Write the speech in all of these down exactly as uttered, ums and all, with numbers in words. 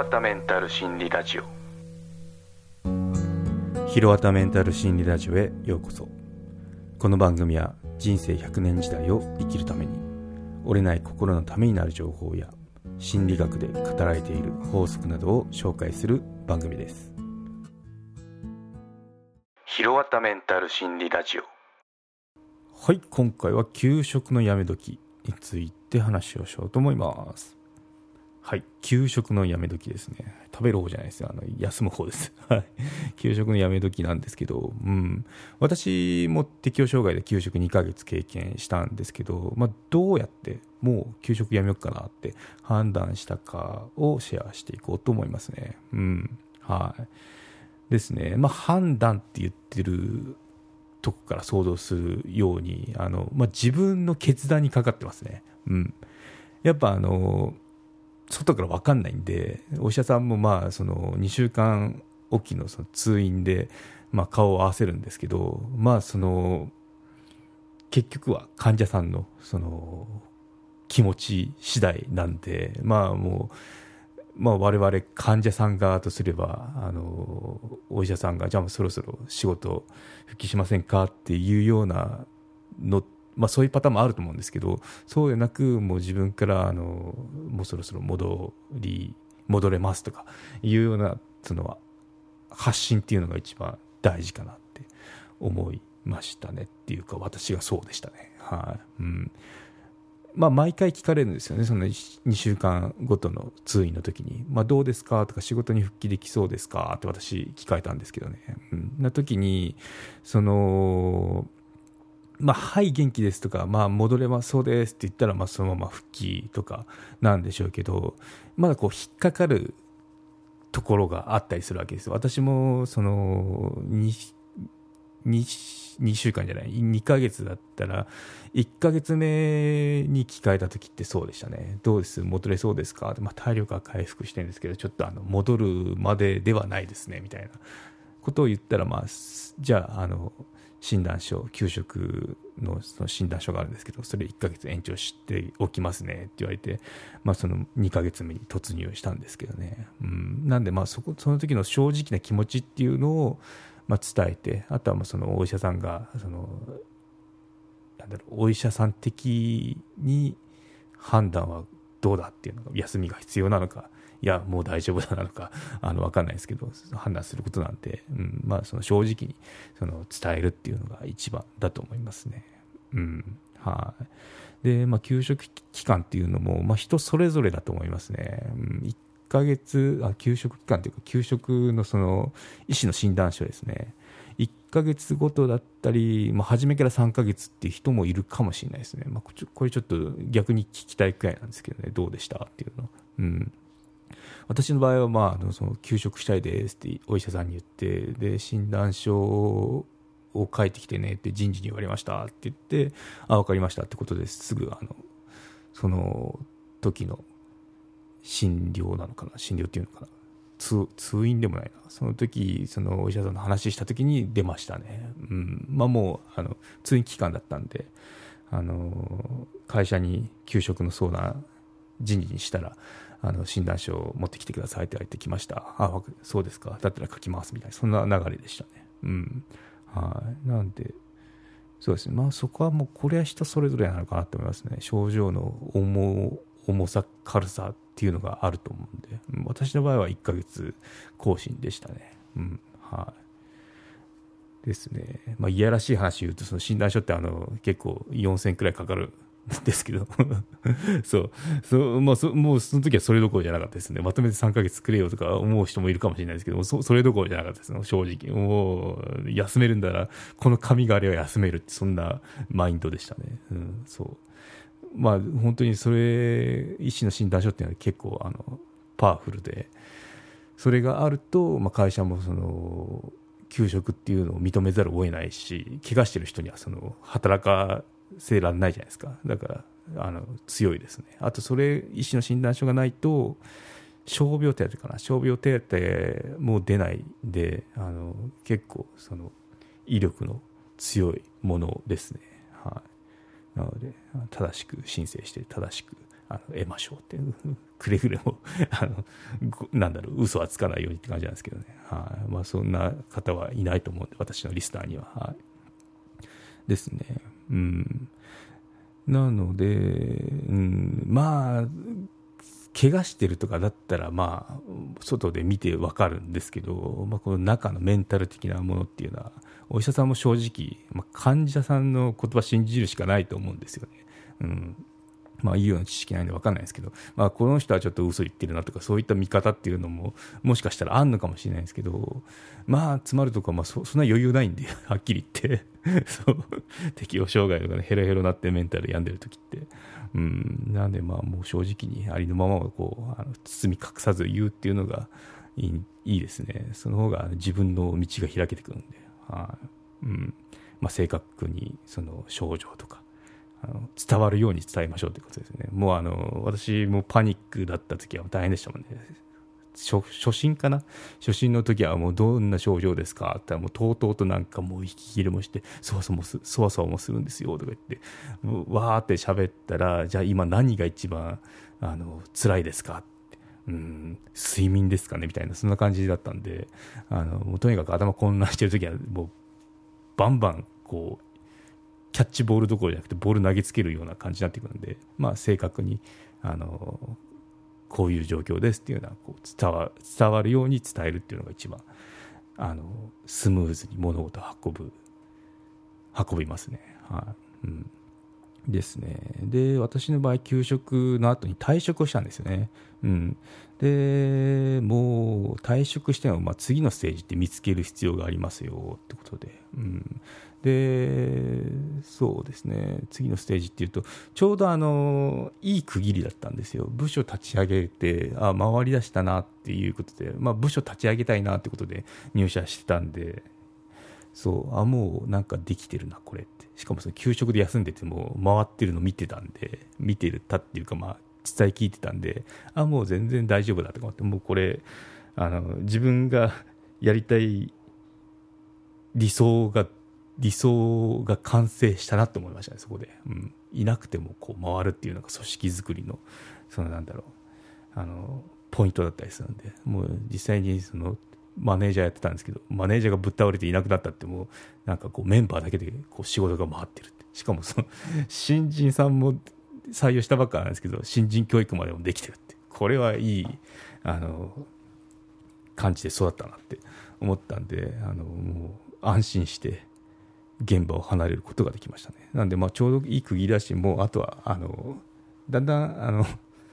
わたメンタル心理ラジオ。 ひろわたメンタル心理ラジオへようこそ。この番組は人生ひゃくねん時代を生きるために折れない心のためになる情報や心理学で語られている法則などを紹介する番組です。 ひろわたメンタル心理ラジオ。 はい、今回は給食のやめ時について話をしようと思います。はい、給食のやめ時ですね。食べる方じゃないですよ、あの休む方です。はい、給食のやめ時なんですけど、うん、私も適応障害で給食にかげつ経験したんですけど、まあ、どうやってもう給食やめようかなって判断したかをシェアしていこうと思いますね。うん、はいですね。まあ、判断って言ってるとこから想像するように、あの、まあ、自分の決断にかかってますね。うん、やっぱあの外から分かんないんで、お医者さんもまあそのにしゅうかんおき の, その通院でまあ顔を合わせるんですけど、まあその結局は患者さんのその気持ち次第なんで、まあもう、まあ、我々患者さん側とすれば、あのお医者さんがじゃあそろそろ仕事復帰しませんかっていうようなの、まあ、そういうパターンもあると思うんですけど、そうでなくもう自分からあのもうそろそろ戻り戻れますとかいうようなその発信っていうのが一番大事かなって思いましたね。っていうか私がそうでしたね。はい、うん、まあ、毎回聞かれるんですよね。そのにしゅうかんごとの通院の時に、まあ、どうですかとか仕事に復帰できそうですかって私聞かれたんですけどね、うん、な時にそのまあ、はい元気ですとか、まあ、戻れますそうですって言ったら、まあ、そのまま復帰とかなんでしょうけど、まだこう引っかかるところがあったりするわけですよ。私もその 2, 2, 2週間じゃないにかげつだったらいっかげつめに聞かれた時ってそうでしたね。どうです戻れそうですか、まあ、体力は回復してるんですけどちょっとあの戻るまでではないですねみたいなことを言ったら、まあ、じゃああの診断書、給食 の, その診断書があるんですけど、それいっかげつ延長しておきますねって言われて、まあ、そのにかげつめに突入したんですけどね、うん、なんでまあ そ, こその時の正直な気持ちっていうのをまあ伝えて、あとはもうそのお医者さんがそのなんだろうお医者さん的に判断はどうだっていうのが、休みが必要なのか、いやもう大丈夫だなのかあの分かんないですけど判断することなんで、うんまあ、その正直にその伝えるっていうのが一番だと思いますね。うんはいでまあ、給食期間っていうのも、まあ、人それぞれだと思いますね。うん、いっかげつあ給食期間というか給食 の, その医師の診断書ですね、いっかげつごとだったり、まあ、初めからさんかげつっていう人もいるかもしれないですね。まあ、これちょっと逆に聞きたいくらいなんですけどね、どうでしたっていうの、うん私の場合は、まあ、あのその休職したいですってお医者さんに言って、で診断書を書いてきてねって人事に言われましたって言って、あ分かりましたってことですぐあのその時の診療なのかな診療っていうのかな 通, 通院でもないな、その時そのお医者さんの話した時に出ましたね。うんまあ、もうあの通院期間だったんで、あの会社に給食の相談人事にしたら、あの診断書を持ってきてくださいって言われてきました。あそうですか、だったら書きますみたいな、そんな流れでしたね。うんはいなんでそうですね、まあそこはもうこれは人それぞれなのかなと思いますね。症状の 重, 重さ軽さっていうのがあると思うんで、私の場合はいっかげつ更新でしたね。うんはいですね。まあ、いやらしい話言うと、その診断書ってあの結構よんせんえんくらいかかるんですけどそうそう、まあ、そもうその時はそれどころじゃなかったですね。まとめてさんかげつくれよとか思う人もいるかもしれないですけど、 そ, それどころじゃなかったですね。正直もう休めるんだらこの紙があれば休めるって、そんなマインドでしたね。うん、そうまあ本当にそれ医師の診断書っていうのは結構あのパワフルで、それがあると、まあ、会社もその休職っていうのを認めざるを得ないし、怪我してる人にはその働かせられないじゃないですか。だからあの強いですね。あとそれ医師の診断書がないと傷病手当かな傷病手当も出ないんで、あの結構その威力の強いものですね。はい、なので正しく申請して正しくあの得ましょうってくれぐれもあのなんだろう嘘はつかないようにって感じなんですけどね、はい、まあ、そんな方はいないと思うんで私のリスナーには、はい、ですね。うんなので、うん、まあ怪我してるとかだったらまあ外で見てわかるんですけど、まあ、この中のメンタル的なものっていうのはお医者さんも正直、まあ、患者さんの言葉信じるしかないと思うんですよね。うんまあ、医療の知識ないんで分かんないですけど、まあ、この人はちょっと嘘言ってるなとかそういった見方っていうのももしかしたらあんのかもしれないですけど、まあ詰まるとか、まあ、そ, そんな余裕ないんではっきり言ってそう適応障害とかねヘロヘロになってメンタル病んでる時って、うん、なんでまあもう正直にありのままをこうあの包み隠さず言うっていうのがいい、いいですね。その方が自分の道が開けてくるんで、はうんまあ、正確にその症状とかあの伝わるように伝えましょうということですね。もうあの私もパニックだった時は大変でしたもんね。初, 初診かな初診の時はもうどんな症状ですかって言ったらもうとうとうとなんかもう息切れもしてそわそわもすそわそわもするんですよとか言ってもうわーって喋ったらじゃあ今何が一番あの辛いですかってうん睡眠ですかねみたいなそんな感じだったんであのもうとにかく頭混乱してる時はもうバンバンこうキャッチボールどころじゃなくてボール投げつけるような感じになってくるんで、まあ、正確にあのこういう状況ですっていうのはこう伝わ、伝わるように伝えるっていうのが一番あのスムーズに物事を運ぶ運びますね。はい、うん、ですね。で私の場合休職の後に退職をしたんですよね。うん、でもう退職しても、まあ、次のステージって見つける必要がありますよってことで、うん、でそうですね次のステージっていうとちょうどあのいい区切りだったんですよ。部署立ち上げてあ回りだしたなっていうことで、まあ、部署立ち上げたいなってことで入社してたんでそうあもうなんかできてるなこれって。しかもその休職で休んでても回ってるの見てたんで見てたっていうかまあ伝え聞いてたんであもう全然大丈夫だとか思ってもうこれあの自分がやりたい理想が理想が完成したなと思いましたねそこで、うん、いなくてもこう回るっていうのが組織づくりのそのなんだろうあのポイントだったりするんでもう実際にそのマネージャーやってたんですけどマネージャーがぶっ倒れていなくなったってもうなんかこうメンバーだけでこう仕事が回ってるってしかもその新人さんも採用したばっかなんですけど新人教育までもできてるってこれはいいあの感じで育ったなって思ったんであのもう安心して現場を離れることができましたね。なんでまあちょうどいい区切りだしもうあとはあのだんだんあの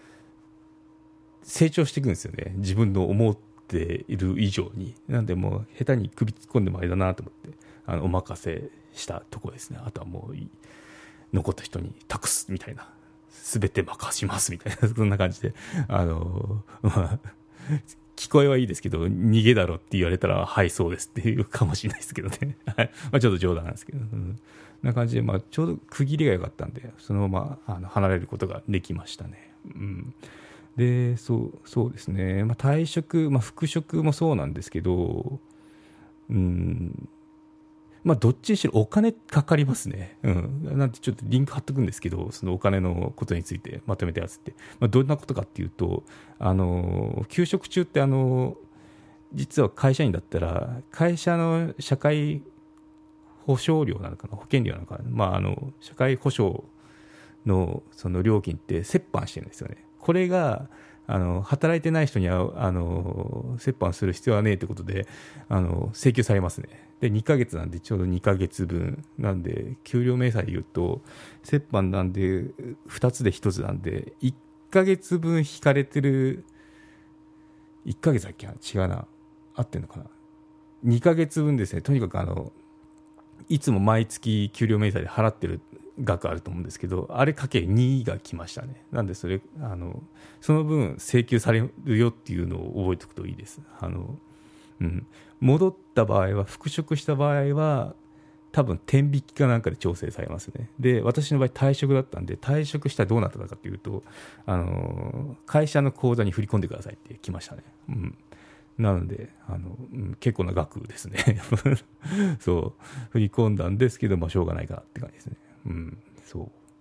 成長していくんですよね自分の思っている以上に。なんでもう下手に首突っ込んでもあれだなと思ってあのお任せしたとこですね。あとはもう残った人に託すみたいな全て任しますみたいなそんな感じであのまあ聞こえはいいですけど逃げだろって言われたらはいそうですっていうかもしれないですけどねまあちょっと冗談なんですけど、うん、な感じで、まあ、ちょうど区切りが良かったんでそのままあの離れることができましたね。うんでそうそうですね、まあ、退職、まあ、復職もそうなんですけど、うんまあ、どっちにしろお金かかりますね、うん、なんてちょっとリンク貼っとくんですけどそのお金のことについてまとめたやつって、まあ、どんなことかっていうとあの休職中ってあの実は会社員だったら会社の社会保障料なのかな保険料なのかな、まあ、あの社会保障のその料金って折半してるんですよね。これがあの働いてない人にはあの折半する必要はねえということであの請求されますね。でにかげつなんでちょうどにかげつぶんなんで給料明細で言うと折半なんでふたつでひとつなんでいっかげつぶん引かれてるいっかげつだっけ違うな合ってんのかなにかげつぶんですね。とにかくあのいつも毎月給料明細で払ってる額あると思うんですけどあれかけにが来ましたね。なんでそれあのその分請求されるよっていうのを覚えておくといいです。あの、うん、戻った場合は復職した場合は多分天引きかなんかで調整されますね。で私の場合退職だったんで退職したらどうなったかというとあの会社の口座に振り込んでくださいって来ましたね。うんなのであの、うん、結構な額ですねそう振り込んだんですけど、まあ、しょうがないかなって感じですね。うん、そう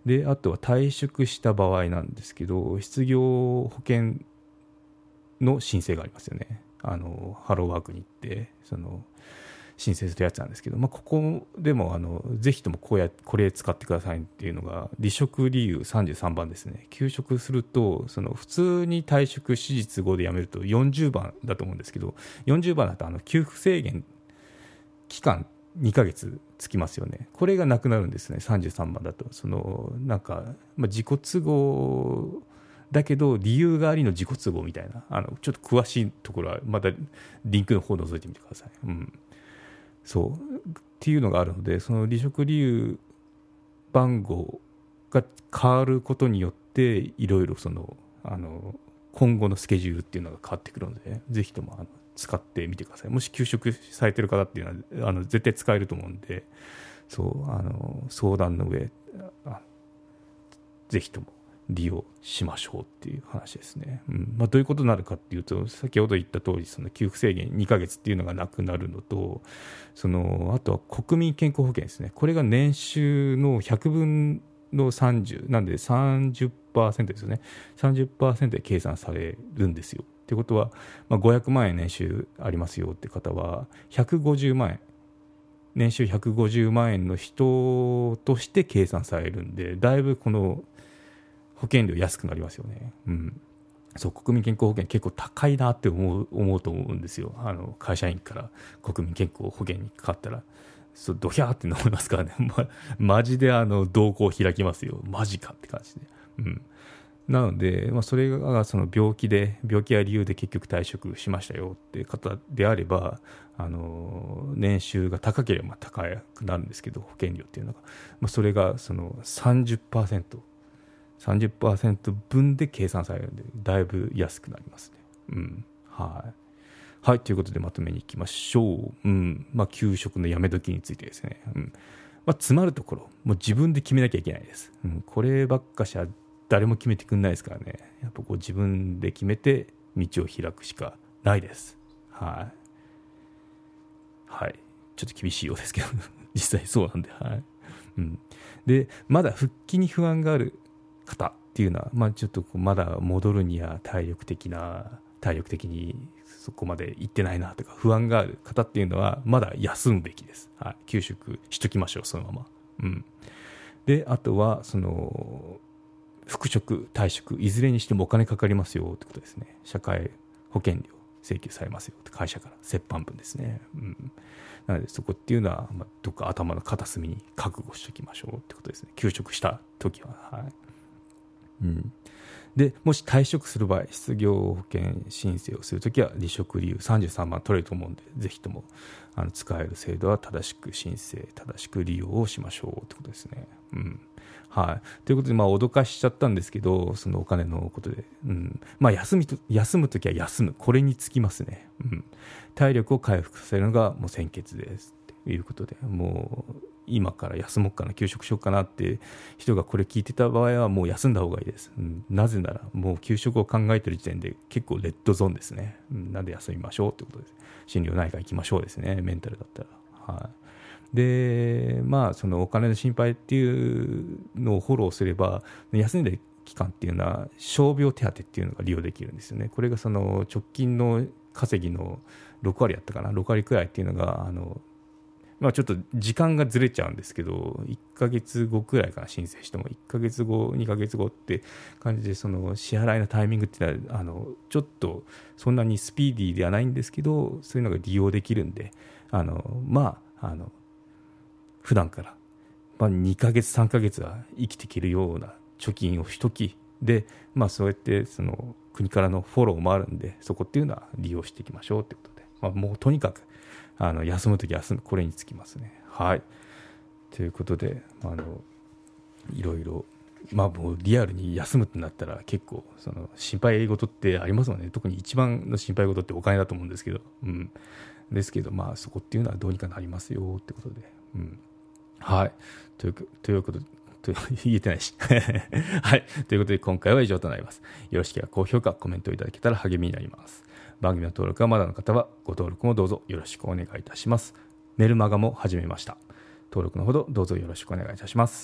であとは退職した場合なんですけど、失業保険の申請がありますよね。あのハローワークに行ってその申請するやつなんですけど、まあ、ここでもあのぜひともこうやこれ使ってくださいっていうのが離職理由さんじゅうさんばんですね。休職するとその普通に退職手術後で辞めるとよんじゅうばんだと思うんですけど、よんじゅうばんだとあの給付制限期間にかげつつきますよね。これがなくなるんですね。さんじゅうさんばんだとそのなんか、まあ、自己都合だけど理由がありの自己都合みたいな、あのちょっと詳しいところはまたリンクの方を覗いてみてください。うんそうっていうのがあるので、その離職理由番号が変わることによっていろいろそのあの今後のスケジュールっていうのが変わってくるので、ぜひともあの使ってみてください。もし休職されてる方っていうのはあの絶対使えると思うんで、そうあの相談の上あぜひとも利用しましょうっていう話ですね。うんまあ、どういうことになるかっていうと、先ほど言った通りその給付制限にかげつっていうのがなくなるのと、そのあとは国民健康保険ですね。これが年収のひゃくぶんのさんじゅうなんで さんじゅっパーセント ですよね。さんじゅっパーセント で計算されるんですよ。ってことは、まあ、ごひゃくまんえん年収ありますよって方はひゃくごじゅうまんえん年収ひゃくごじゅうまんえんの人として計算されるんで、だいぶこの保険料安くなりますよね。うん、そう国民健康保険結構高いなって思う思うと思うんですよ。あの会社員から国民健康保険にかかったらそうドヒャーって思いますからね。ま、マジであの動向開きますよ。マジかって感じで。うん、なので、まあ、それがその病気で病気や理由で結局退職しましたよって方であれば、あの年収が高ければ高くなるんですけど、保険料っていうのが、まあ、それがその さんじゅっパーセントさんじゅっパーセント 分で計算されるのでだいぶ安くなりますね。うんはいはい、ということでまとめにいきましょう。うんまあ、給食のやめ時についてですね、うんまあ、詰まるところもう自分で決めなきゃいけないです。うん、こればっかしは誰も決めてくんないですからね。やっぱこう自分で決めて道を開くしかないです。はい、はい、ちょっと厳しいようですけど実際そうなんで、はいうん、でまだ復帰に不安がある方っていうのは、まあ、ちょっとこうまだ戻るには体力的な体力的にそこまで行ってないなとか不安がある方っていうのはまだ休むべきです。はい、休職しときましょうそのまま。うん、であとはその復職退職いずれにしてもお金かかりますよってことですね。社会保険料請求されますよって会社から折半分ですね。うん、なのでそこっていうのは、まあ、どっか頭の片隅に覚悟しておきましょうってことですね。休職した時は、はいうん、でもし退職する場合失業保険申請をするときは離職理由さんじゅうさんばん取れると思うんで、ぜひともあの使える制度は正しく申請正しく利用をしましょうってことですね。うんはい、ということで、まあ、脅かしちゃったんですけど、そのお金のことで、うんまあ、休みと休むときは休む、これにつきますね。うん、体力を回復させるのがもう先決ですということで、もう今から休もうかな休職しようかなって人がこれ聞いてた場合はもう休んだ方がいいです。うん、なぜならもう休職を考えている時点で結構レッドゾーンですね。うん、なんで休みましょうということです。心療内科行きましょうですね、メンタルだったら。はいでまあ、そのお金の心配っていうのをフォローすれば休んでる期間っていうのは傷病手当っていうのが利用できるんですよね。これがその直近の稼ぎのろくわりやったかなろくわりくらいっていうのがあの、まあ、ちょっと時間がずれちゃうんですけどいっかげつごくらいから申請してもいっかげつごにかげつごって感じでその支払いのタイミングっていうのはあのちょっとそんなにスピーディーではないんですけどそういうのが利用できるんであのまああの普段から、まあ、にかげつさんかげつは生きていけるような貯金をしときで、まあ、そうやってその国からのフォローもあるんでそこっていうのは利用していきましょうということで、まあ、もうとにかくあの休むとき休むこれにつきますね。はいということであのいろいろ、まあ、もうリアルに休むってなったら結構その心配事ってありますもんね。特に一番の心配事ってお金だと思うんですけど、うん、ですけどまあそこっていうのはどうにかなりますよってことで、うんはい。という、ということで、と言えてないし。はい。ということで、今回は以上となります。よろしければ高評価、コメントいただけたら励みになります。番組の登録がまだの方は、ご登録もどうぞよろしくお願いいたします。メルマガも始めました。登録のほどどうぞよろしくお願いいたします。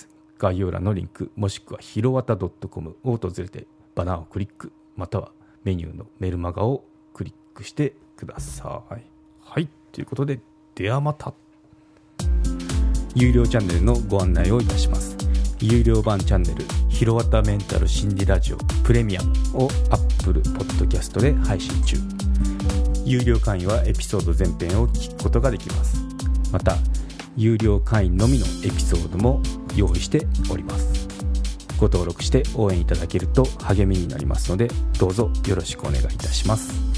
概要欄のリンクもしくはひろわた .com を訪れてバナーをクリックまたはメニューのメルマガをクリックしてください。はい、ということでではまた。有料チャンネルのご案内をいたします。有料版チャンネルひろわたメンタル心理ラジオプレミアムを Apple Podcast で配信中。有料会員はエピソード全編を聞くことができます。また有料会員のみのエピソードも用意しております。ご登録して応援いただけると励みになりますのでどうぞよろしくお願いいたします。